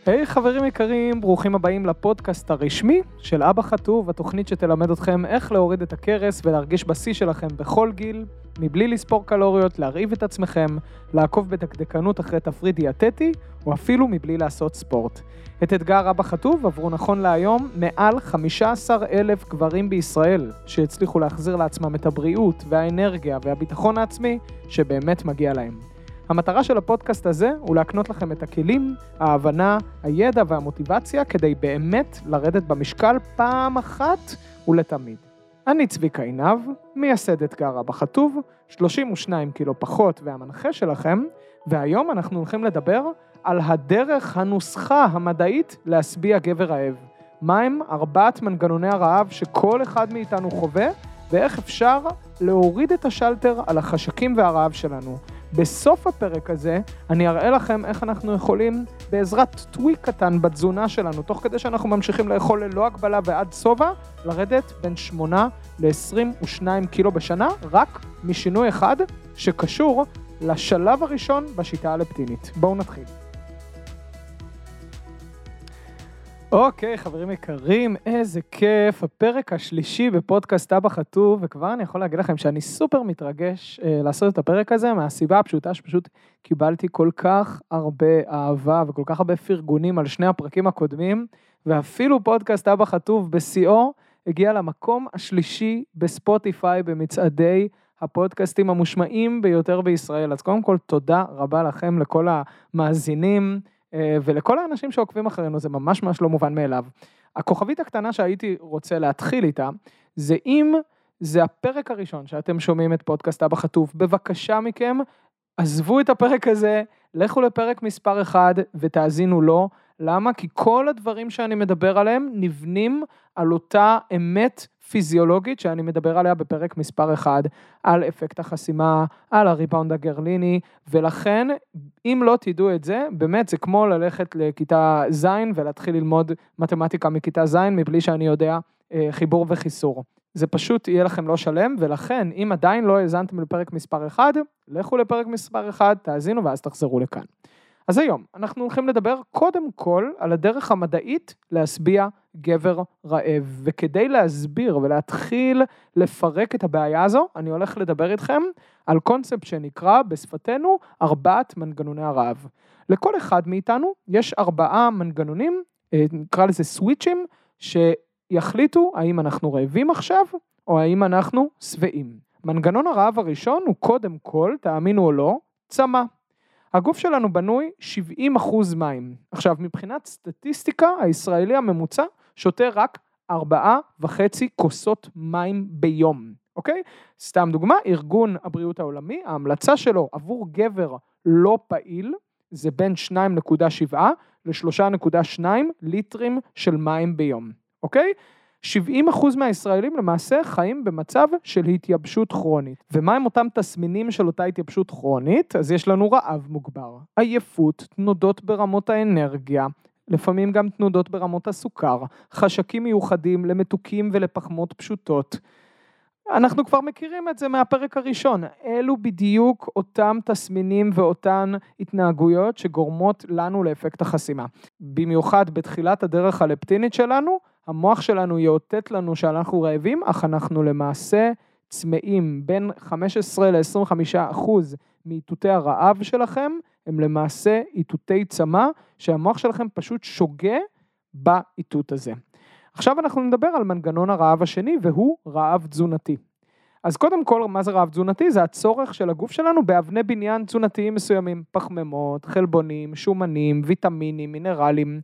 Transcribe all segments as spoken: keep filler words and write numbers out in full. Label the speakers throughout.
Speaker 1: היי hey, חברים יקרים, ברוכים הבאים לפודקאסט הרשמי של אבא חטוב, התוכנית שתלמד אתכם איך להוריד את הקרס ולהרגיש בשיא שלכם בכל גיל, מבלי לספור קלוריות, להרעיב את עצמכם, לעקוב בדקדקנות אחרי תפריט דיאטטי, או אפילו מבלי לעשות ספורט. את אתגר אבא חטוב עברו נכון להיום מעל חמישה עשר אלף גברים בישראל, שהצליחו להחזיר לעצמם את הבריאות והאנרגיה והביטחון העצמי שבאמת מגיע להם. המטרה של הפודקאסט הזה הוא להקנות לכם את הכלים, ההבנה, הידע והמוטיבציה כדי באמת לרדת במשקל פעם אחת ולתמיד. אני צביקה עינב, מייסד אתגר אבא חטוב, שלושים ושניים קילו פחות והמנחה שלכם, והיום אנחנו הולכים לדבר על הדרך הנוסחה המדעית להשביע גבר רעב. מהם ארבעת מנגנוני הרעב שכל אחד מאיתנו חווה, ואיך אפשר להוריד את השלטר על החשקים והרעב שלנו. בסוף הפרק הזה אני אראה לכם איך אנחנו יכולים בעזרת טוויק קטן בתזונה שלנו, תוך כדי שאנחנו ממשיכים לאכול ללא הגבלה ועד סובה, לרדת בין שמונה ל-עשרים ושניים קילו בשנה, רק משינוי אחד שקשור לשלב הראשון בשיטה הלפטינית. בואו נתחיל. אוקיי, חברים יקרים, איזה כיף, הפרק השלישי בפודקאסט אבא חטוב, וכבר אני יכול להגיד לכם שאני סופר מתרגש אה, לעשות את הפרק הזה, מהסיבה הפשוטה שפשוט קיבלתי כל כך הרבה אהבה וכל כך הרבה פרגונים על שני הפרקים הקודמים, ואפילו פודקאסט אבא חטוב בשיאו הגיע למקום השלישי בספוטיפיי במצעדי הפודקאסטים המושמעים ביותר בישראל. אז קודם כל תודה רבה לכם, לכל המאזינים, ולכל האנשים שעוקבים אחרינו, זה ממש ממש לא מובן מאליו. הכוכבית הקטנה שהייתי רוצה להתחיל איתה, זה אם זה הפרק הראשון שאתם שומעים את פודקאסט אבא חטוב, בבקשה מכם, עזבו את הפרק הזה, לכו לפרק מספר אחד ותאזינו לו. למה? כי כל הדברים שאני מדבר עליהם נבנים על אותה אמת פיזיולוגית שאני מדבר עליה בפרק מספר אחד, על אפקט החסימה, על הריבאונד הגרליני, ולכן אם לא תדעו את זה, באמת זה כמו ללכת לכיתה זין ולהתחיל ללמוד מתמטיקה מכיתה זין, מבלי שאני יודע אה, חיבור וחיסור. זה פשוט יהיה לכם לא שלם, ולכן אם עדיין לא האזנתם לפרק מספר אחד, לכו לפרק מספר אחד, תאזינו ואז תחזרו לכאן. אז היום אנחנו הולכים לדבר קודם כל על הדרך המדעית להשביע גבר רעב, וכדי להסביר ולהתחיל לפרק את הבעיה הזו, אני הולך לדבר איתכם על קונספט שנקרא בשפתנו ארבעת מנגנוני הרעב. לכל אחד מאיתנו יש ארבעה מנגנונים, נקרא לזה סוויצ'ים, שיחליטו האם אנחנו רעבים עכשיו או האם אנחנו שבעים. מנגנון הרעב הראשון הוא קודם כל, תאמינו או לא, צמא. הגוף שלנו בנוי שבעים אחוז מים. עכשיו, מבחינת סטטיסטיקה, הישראלי הממוצע שותה רק ארבעה וחצי כוסות מים ביום. אוקיי? סתם דוגמה, ארגון הבריאות העולמי, ההמלצה שלו עבור גבר לא פעיל, זה בין שתיים נקודה שבע ל-שלוש נקודה שתיים ליטרים של מים ביום. אוקיי? שבעים אחוז מהישראלים למעשה חיים במצב של התייבשות כרונית. ומה הם אותם תסמינים של אותה התייבשות כרונית? אז יש לנו רעב מוגבר, עייפות, תנודות ברמות האנרגיה, לפעמים גם תנודות ברמות הסוכר, חשקים מיוחדים למתוקים ולפחמות פשוטות. אנחנו כבר מכירים את זה מהפרק הראשון. אלו בדיוק אותם תסמינים ואותן התנהגויות שגורמות לנו לאפקט החסימה. במיוחד בתחילת הדרך הלפטינית שלנו, המוח שלנו יאותת לנו שאנחנו רעבים, אך אנחנו למעשה צמאים. בין חמש עשרה ל-עשרים וחמישה אחוז מאיתותי הרעב שלכם, הם למעשה איתותי צמא, שהמוח שלכם פשוט שוגה באיתות הזה. עכשיו אנחנו נדבר על מנגנון הרעב השני, והוא רעב תזונתי. אז קודם כל, מה זה רעב תזונתי? זה הצורך של הגוף שלנו באבני בניין תזונתיים מסוימים, פחמימות, חלבונים, שומנים, ויטמינים, מינרלים.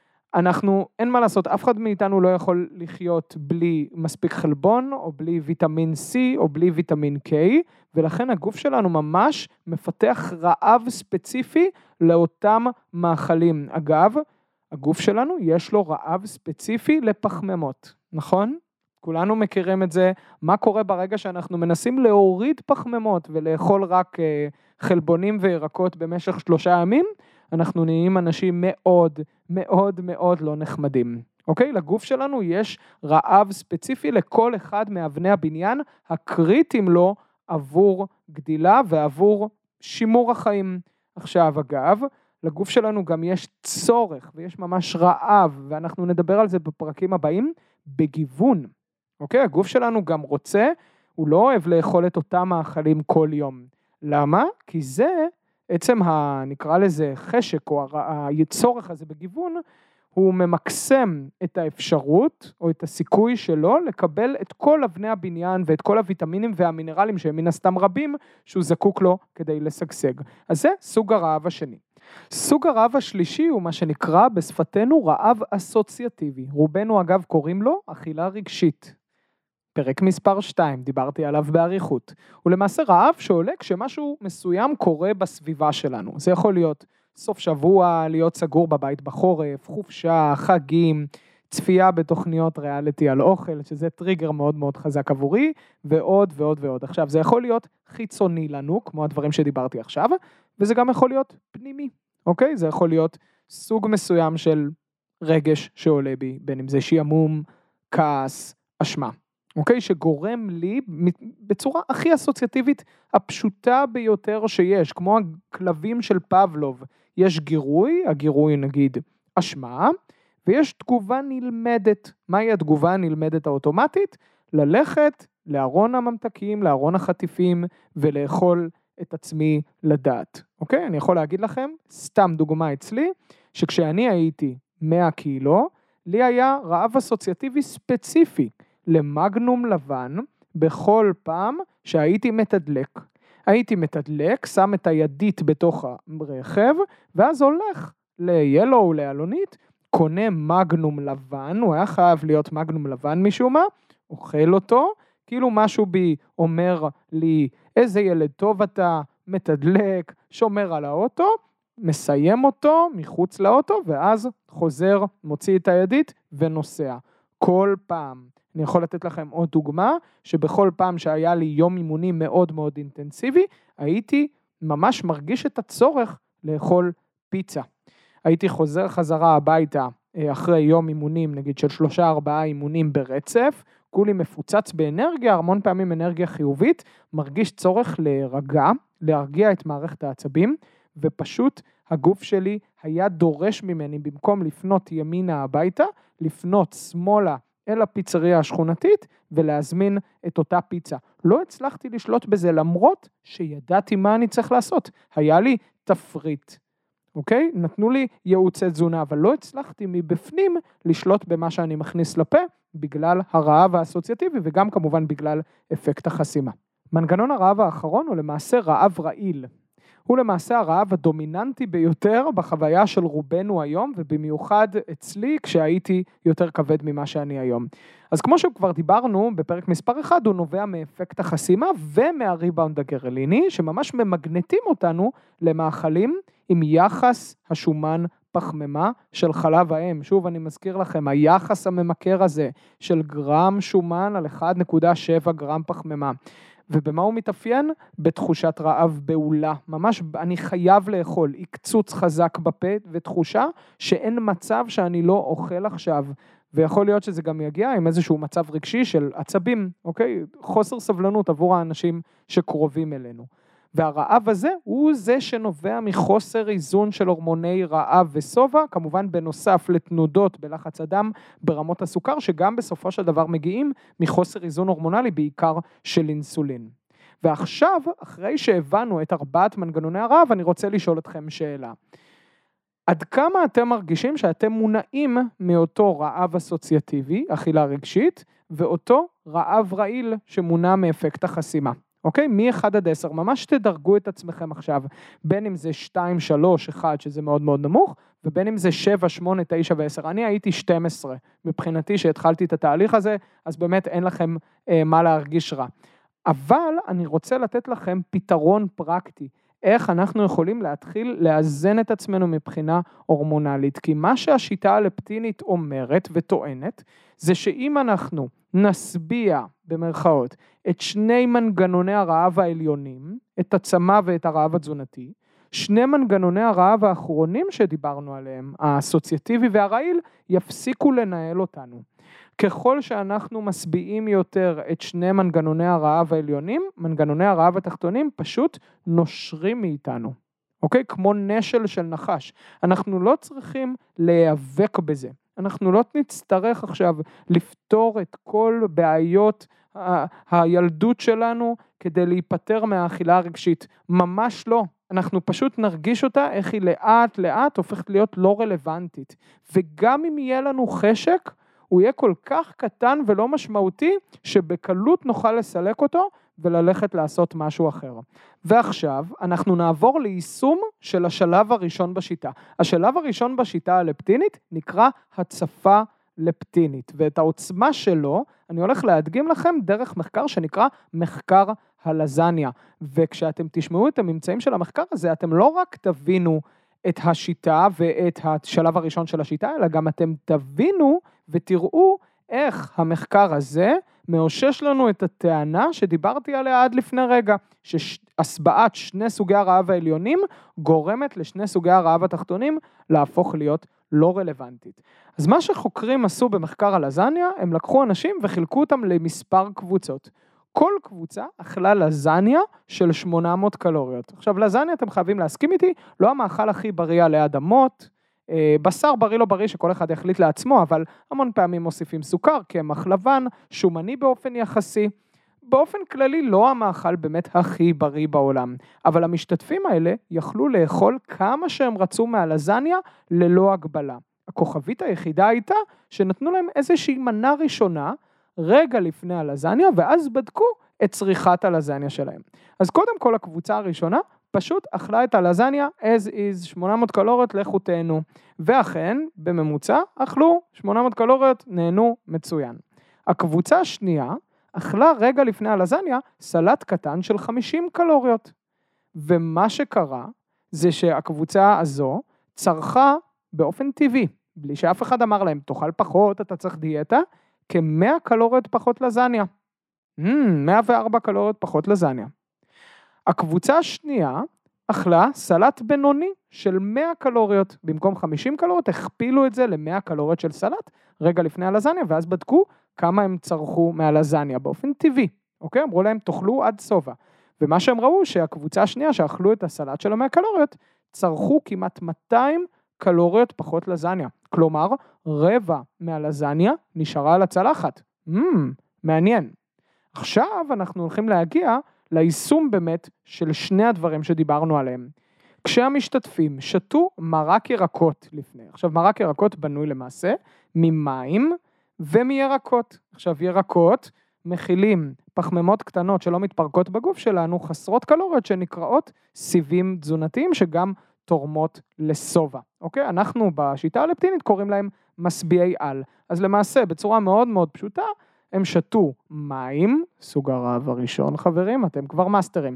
Speaker 1: אנחנו, אין מה לעשות, אף אחד מאיתנו לא יכול לחיות בלי מספיק חלבון, או בלי ויטמין C, או בלי ויטמין K, ולכן הגוף שלנו ממש מפתח רעב ספציפי לאותם מאכלים. אגב, הגוף שלנו יש לו רעב ספציפי לפחמימות, נכון? כולנו מכירים את זה. מה קורה ברגע שאנחנו מנסים להוריד פחמימות ולאכול רק חלבונים וירקות במשך שלושה ימים? אנחנו נהיים אנשים מאוד מאוד מאוד לא נחמדים. אוקיי? לגוף שלנו יש רעב ספציפי לכל אחד מאבני הבניין הקריטיים לו עבור גדילה ועבור שימור החיים. עכשיו אגב, לגוף שלנו גם יש צורך, ויש ממש רעב, ואנחנו נדבר על זה בפרקים הבאים, בגיוון, אוקיי? הגוף שלנו גם רוצה, הוא לא אוהב לאכול את אותם מאכלים כל יום. למה? כי זה, עצם ה, נקרא לזה חשק, או הצורך הזה בגיוון, הוא ממקסם את האפשרות, או את הסיכוי שלו, לקבל את כל אבני הבניין, ואת כל הוויטמינים והמינרלים, שהם מן הסתם רבים, שהוא זקוק לו כדי לשגשג. אז זה סוג הרעב השני. סוג הרעב השלישי הוא מה שנקרא בשפתנו רעב אסוציאטיבי. רובנו אגב קוראים לו אכילה רגשית. פרק מספר שתיים, דיברתי עליו בעריכות. הוא למעשה רעב שעולה כשמשהו מסוים קורה בסביבה שלנו. זה יכול להיות סוף שבוע, להיות סגור בבית בחורף, חופשה, חגים, צפייה בתוכניות ריאליטי על אוכל, שזה טריגר מאוד מאוד חזק עבורי, ועוד ועוד ועוד. עכשיו, זה יכול להיות חיצוני לנו, כמו הדברים שדיברתי עכשיו, וזה גם יכול להיות פנימי, אוקיי? זה יכול להיות סוג מסוים של רגש שעולה בי, בין אם זה שיעמום, כעס, אשמה. אוקיי? שגורם לי בצורה הכי אסוציאטיבית הפשוטה ביותר שיש, כמו הכלבים של פבלוב, יש גירוי, הגירוי נגיד אשמה, ויש תגובה נלמדת. מהי התגובה הנלמדת האוטומטית? ללכת לארון הממתקים, לארון החטיפים, ולאכול את עצמי לדעת. אוקיי? אני יכול להגיד לכם, סתם דוגמה אצלי, שכשאני הייתי מאה קילו, לי היה רעב אסוציאטיבי ספציפי, למגנום לבן, בכל פעם שהייתי מתדלק. הייתי מתדלק, שם את הידית בתוך הרכב, ואז הולך לילו, לאלונית, קונה מגנום לבן, הוא היה חייב להיות מגנום לבן משום מה, אוכל אותו, כאילו משהו בי אומר לי, איזה ילד טוב אתה, מתדלק, שומר על האוטו, מסיים אותו מחוץ לאוטו, ואז חוזר, מוציא את הידית ונוסע. כל פעם. אני יכול לתת לכם עוד דוגמה, שבכל פעם שהיה לי יום אימוני מאוד מאוד אינטנסיבי, הייתי ממש מרגיש את הצורך לאכול פיצה. הייתי חוזר חזרה הביתה אחרי יום אימונים, נגיד של שלושה ארבעה אימונים ברצף, כולי מפוצץ באנרגיה, המון פעמים אנרגיה חיובית, מרגיש צורך להירגע, להרגיע את מערכת העצבים, ופשוט הגוף שלי היה דורש ממני, במקום לפנות ימינה הביתה, לפנות שמאלה, אל הפיצריה השכונתית, ולהזמין את אותה פיצה. לא הצלחתי לשלוט בזה, למרות שידעתי מה אני צריך לעשות. היה לי תפריט, אוקיי? נתנו לי ייעוצי תזונה, אבל לא הצלחתי מבפנים לשלוט במה שאני מכניס לפה, בגלל הרעב האסוציאטיבי, וגם כמובן בגלל אפקט החסימה. מנגנון הרעב האחרון הוא למעשה רעב רעיל. הוא למעשה הרעב הדומיננטי ביותר בחוויה של רובנו היום, ובמיוחד אצלי כשהייתי יותר כבד ממה שאני היום. אז כמו שכבר דיברנו בפרק מספר אחד, הוא נובע מאפקט החסימה ומהריבאונד הגרליני, שממש ממגנטים אותנו למאכלים עם יחס השומן פחמימה של חלב האם. שוב אני מזכיר לכם, היחס הממכר הזה של גרם שומן על אחד נקודה שבע גרם פחמימה. ובמה הוא מתאפיין? בתחושת רעב בעולה. ממש אני חייב לאכול, עקצוץ חזק בפה ותחושה שאין מצב שאני לא אוכל עכשיו. ויכול להיות שזה גם יגיע עם איזשהו מצב רגשי של עצבים, אוקיי? חוסר סבלנות עבור האנשים שקרובים אלינו. והרעב הזה הוא זה שנובע מחוסר איזון של הורמוני רעב וסובה, כמובן בנוסף לתנודות בלחץ הדם ברמות הסוכר, שגם בסופו של דבר מגיעים מחוסר איזון הורמונלי, בעיקר של אינסולין. ועכשיו, אחרי שהבנו את ארבעת מנגנוני הרעב, אני רוצה לשאול אתכם שאלה. עד כמה אתם מרגישים שאתם מונעים מאותו רעב אסוציאטיבי, אכילה רגשית, ואותו רעב רעיל שמונע מאפקט החסימה? אוקיי? מ-אחד עד עשר, ממש תדרגו את עצמכם עכשיו, בין אם זה שתיים, שלוש, אחת, שזה מאוד מאוד נמוך, ובין אם זה שבע, שמונה, תשע ו-עשר. אני הייתי שתים עשרה, מבחינתי שהתחלתי את התהליך הזה, אז באמת אין לכם אה, מה להרגיש רע. אבל אני רוצה לתת לכם פתרון פרקטי, איך אנחנו יכולים להתחיל לאזן את עצמנו מבחינה הורמונלית, כי מה שהשיטה הלפטינית אומרת וטוענת, זה שאם אנחנו נסביע במרכאות את שני מנגנוני הרעב העליונים, את הצמא ואת הרעב התזונתי, שני מנגנוני הרעב האחרונים שדיברנו עליהם, האסוציאטיבי והרעיל, יפסיקו לנהל אותנו. ככל שאנחנו מסביעים יותר את שני מנגנוני הרעב העליונים, מנגנוני הרעב התחתונים פשוט נושרים מאיתנו. אוקיי? כמו נשל של נחש. אנחנו לא צריכים להיאבק בזה. אנחנו לא נצטרך עכשיו לפתור את כל בעיות ה- הילדות שלנו כדי להיפטר מהאכילה הרגשית. ממש לא. אנחנו פשוט נרגיש אותה איך היא לאט לאט הופכת להיות לא רלוונטית. וגם אם יהיה לנו חשק, הוא יהיה כל כך קטן ולא משמעותי, שבקלות נוכל לסלק אותו וללכת לעשות משהו אחר. ועכשיו אנחנו נעבור ליישום של השלב הראשון בשיטה. השלב הראשון בשיטה הלפטינית נקרא הצפה לפטינית, ואת העוצמה שלו אני הולך להדגים לכם דרך מחקר שנקרא מחקר הלזניה, וכשאתם תשמעו את הממצאים של המחקר הזה, אתם לא רק תבינו את השיטה ואת השלב הראשון של השיטה, אלא גם אתם תבינו ותראו איך המחקר הזה מאושש לנו את הטענה שדיברתי עליה עד לפני רגע, שהסבעת שני סוגי הרעב העליונים גורמת לשני סוגי הרעב התחתונים להפוך להיות לא רלוונטית. אז מה שחוקרים עשו במחקר הלזניה, הם לקחו אנשים וחילקו אותם למספר קבוצות. כל קבוצה אכלה לזניה של שמונה מאות קלוריות. עכשיו, לזניה, אתם חייבים להסכים איתי, לא המאכל הכי בריא עלי אדמות, בשר בריא לא בריא שכל אחד יחליט לעצמו, אבל המון פעמים מוסיפים סוכר, קמח לבן, שומני באופן יחסי. באופן כללי לא המאכל באמת הכי בריא בעולם, אבל המשתתפים האלה יכלו לאכול כמה שהם רצו מהלזניה ללא הגבלה. הכוכבית היחידה הייתה שנתנו להם איזושהי מנה ראשונה, רגע לפני הלזניה, ואז בדקו את צריכת הלזניה שלהם. אז קודם כל הקבוצה הראשונה, פשוט אכלה את הלזניה as is, שמונה מאות קלוריות, לכו תהנו. ואכן, בממוצע, אכלו שמונה מאות קלוריות, נהנו מצוין. הקבוצה השנייה, אכלה רגע לפני הלזניה, סלט קטן של חמישים קלוריות. ומה שקרה, זה שהקבוצה הזו צרכה באופן טבעי, בלי שאף אחד אמר להם, תאכל פחות, אתה צריך דיאטה, כ-מאה קלוריות פחות לזניה. Mm, מאה וארבע קלוריות פחות לזניה. הקבוצה השנייה אכלה סלט בינוני של מאה קלוריות, במקום חמישים קלוריות, הכפילו את זה ל-מאה קלוריות של סלט, רגע לפני הלזניה, ואז בדקו כמה הם צרכו מהלזניה, באופן טבעי, אוקיי? אמרו להם, תאכלו עד סובה. ומה שהם ראו, שהקבוצה השנייה שאכלו את הסלט של מאה קלוריות, צרכו כמעט מאתיים קלוריות פחות לזניה. כלומר, רבע מהלזניה נשארה על הצלחת. Mm, מעניין. עכשיו אנחנו הולכים להגיע ליישום באמת של שני הדברים שדיברנו עליהם. כשהמשתתפים שתו מרק ירקות לפני. עכשיו, מרק ירקות בנוי למעשה ממים ומירקות. עכשיו, ירקות מכילים פחמימות קטנות שלא מתפרקות בגוף שלנו, חסרות קלוריות שנקראות סיבים תזונתיים שגם תורמות לסובה. אוקיי? אנחנו בשיטה הלפטינית קוראים להם משביעי על. אז למעשה, בצורה מאוד מאוד פשוטה, הם שתו מים, סוג הרעב הראשון חברים, אתם כבר מאסטרים,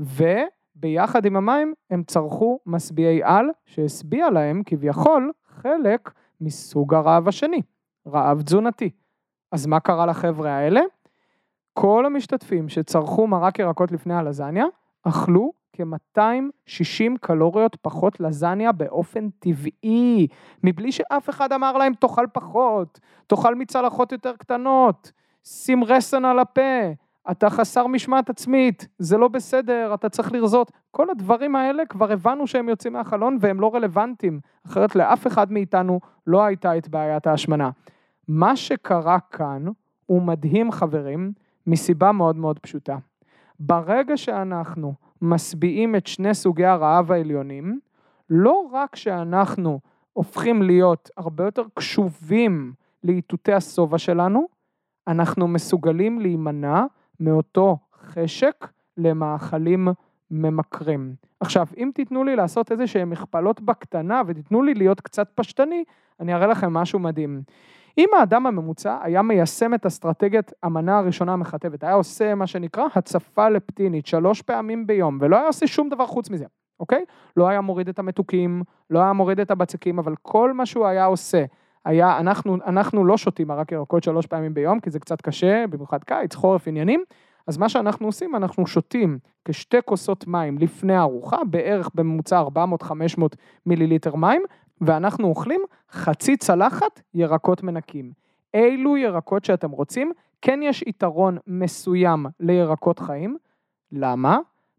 Speaker 1: וביחד עם המים הם צרכו משביעי על, שהשביע להם כביכול חלק מסוג הרעב השני, רעב תזונתי. אז מה קרה לחבר'ה האלה? כל המשתתפים שצרכו מרק ירקות לפני הלזניה, אכלו כ-מאתיים ושישים קלוריות פחות לזניה באופן טבעי, מבלי שאף אחד אמר להם תאכל פחות, תאכל מצלחות יותר קטנות, שים רסן על הפה, אתה חסר משמעת עצמית, זה לא בסדר, אתה צריך לרזות. כל הדברים האלה כבר הבנו שהם יוצאים מהחלון והם לא רלוונטיים, אחרת לאף אחד מאיתנו לא הייתה את בעיית ההשמנה. מה שקרה כאן הוא מדהים חברים, מסיבה מאוד מאוד פשוטה. ברגע שאנחנו משביעים את שני סוגי הרעב העליונים, לא רק שאנחנו הופכים להיות הרבה יותר קשובים לאיתותי הסובה שלנו, אנחנו מסוגלים להימנע מאותו חשק למאכלים ממכרים. עכשיו, אם תיתנו לי לעשות איזה שהן מכפלות בקטנה, ותיתנו לי להיות קצת פשטני, אני אראה לכם משהו מדהים. אם האדם הממוצע היה מיישם את אסטרטגיית המנה הראשונה המכתבת, היה עושה מה שנקרא הצפה לפטינית, שלוש פעמים ביום, ולא היה עושה שום דבר חוץ מזה, אוקיי? לא היה מוריד את המתוקים, לא היה מוריד את הבצקים, אבל כל מה שהוא היה עושה, היה, אנחנו, אנחנו לא שותים מרק ירקות שלוש פעמים ביום, כי זה קצת קשה, במיוחד קיץ, חורף עניינים, אז מה שאנחנו עושים, אנחנו שותים כשתי כוסות מים לפני הארוחה, בערך בממוצע ארבע מאות עד חמש מאות מיליליטר מים, ואנחנו אוכלים חצי צלחת ירקות מנקים. אילו ירקות שאתם רוצים, כן יש יתרון מסוים לירקות חיים. למה?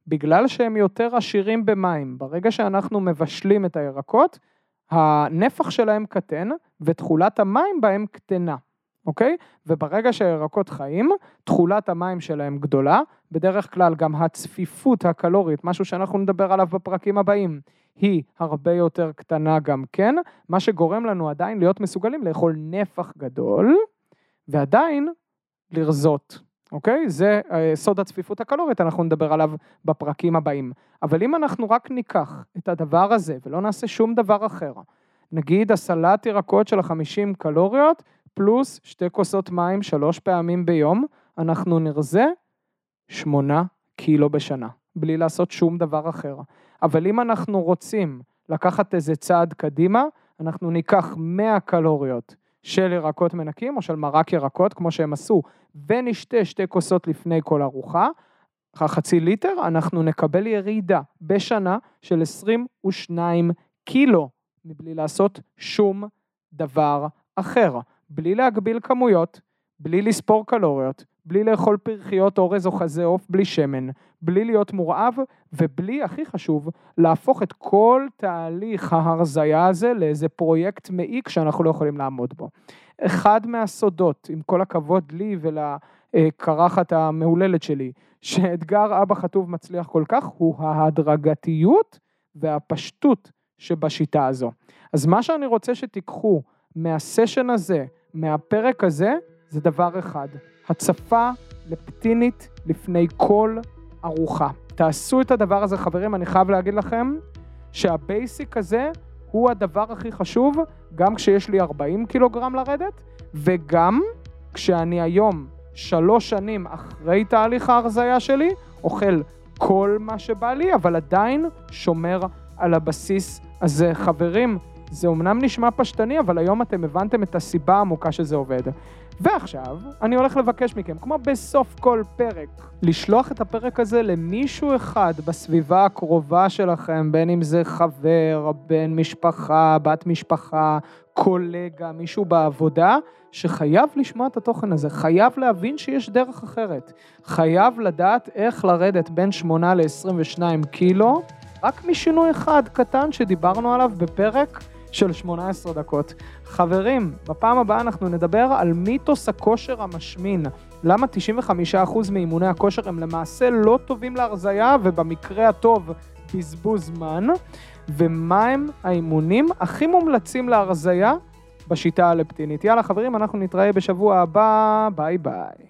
Speaker 1: בגלל שהם יותר עשירים במים. ברגע שאנחנו מבשלים את הירקות, הנפח שלהם קטן, ותכולת המים בהם קטנה. אוקיי? וברגע שהירקות חיים, תכולת המים שלהם גדולה, בדרך כלל גם הצפיפות הקלורית, משהו שאנחנו נדבר עליו בפרקים הבאים, היא הרבה יותר קטנה גם כן, מה שגורם לנו עדיין להיות מסוגלים לאכול נפח גדול, ועדיין לרזות, אוקיי? זה סוד הצפיפות הקלורית, אנחנו נדבר עליו בפרקים הבאים. אבל אם אנחנו רק ניקח את הדבר הזה, ולא נעשה שום דבר אחר, נגיד הסלט ירקות של ה-חמישים קלוריות, פלוס שתי כוסות מים שלוש פעמים ביום, אנחנו נרזה שמונה קילו בשנה, בלי לעשות שום דבר אחר. אבל אם אנחנו רוצים לקחת איזה צעד קדימה, אנחנו ניקח מאה קלוריות של ירקות מנקים, או של מרק ירקות, כמו שהם עשו, ונשתה שתי כוסות לפני כל ארוחה, חצי ליטר, אנחנו נקבל ירידה בשנה של עשרים ושניים קילו, מבלי לעשות שום דבר אחר. בלי להגביל כמויות, בלי לספור קלוריות, בלי לאכול פרחיות אורז או חזה עוף בלי שמן, בלי להיות מורעב, ובלי, הכי חשוב, להפוך את כל תהליך ההרזיה הזה לאיזה פרויקט מעיק שאנחנו לא יכולים לעמוד בו. אחד מהסודות, עם כל הכבוד לי ולקרחת המעוללת שלי, שאתגר אבא חטוב מצליח כל כך, הוא ההדרגתיות והפשטות שבשיטה הזו. אז מה שאני רוצה שתיקחו מהסשן הזה, מהפרק הזה, זה דבר אחד. הצפה לפטינית לפני כל ארוחה. תעשו את הדבר הזה, חברים, אני חייב להגיד לכם, שהבייסיק הזה הוא הדבר הכי חשוב, גם כשיש לי ארבעים קילוגרם לרדת, וגם כשאני היום שלוש שנים אחרי תהליך ההרזיה שלי, אוכל כל מה שבא לי, אבל עדיין שומר על הבסיס הזה. חברים, זה אומנם נשמע פשטני, אבל היום אתם הבנתם את הסיבה העמוקה שזה עובד. ועכשיו, אני הולך לבקש מכם, כמו בסוף כל פרק, לשלוח את הפרק הזה למישהו אחד בסביבה הקרובה שלכם, בין אם זה חבר, בן משפחה, בת משפחה, קולגה, מישהו בעבודה, שחייב לשמוע את התוכן הזה, חייב להבין שיש דרך אחרת, חייב לדעת איך לרדת בין שמונה ל-עשרים ושניים קילו, רק משינוי אחד קטן שדיברנו עליו בפרק של שמונה עשרה דקות. חברים, בפעם הבאה אנחנו נדבר על מיתוס הכושר המשמין. למה תשעים וחמישה אחוז מאימוני הכושר הם למעשה לא טובים להרזיה, ובמקרה הטוב בזבוז זמן, ומה הם האימונים הכי מומלצים להרזיה בשיטה הלפטינית. יאללה חברים, אנחנו נתראה בשבוע הבא, ביי ביי.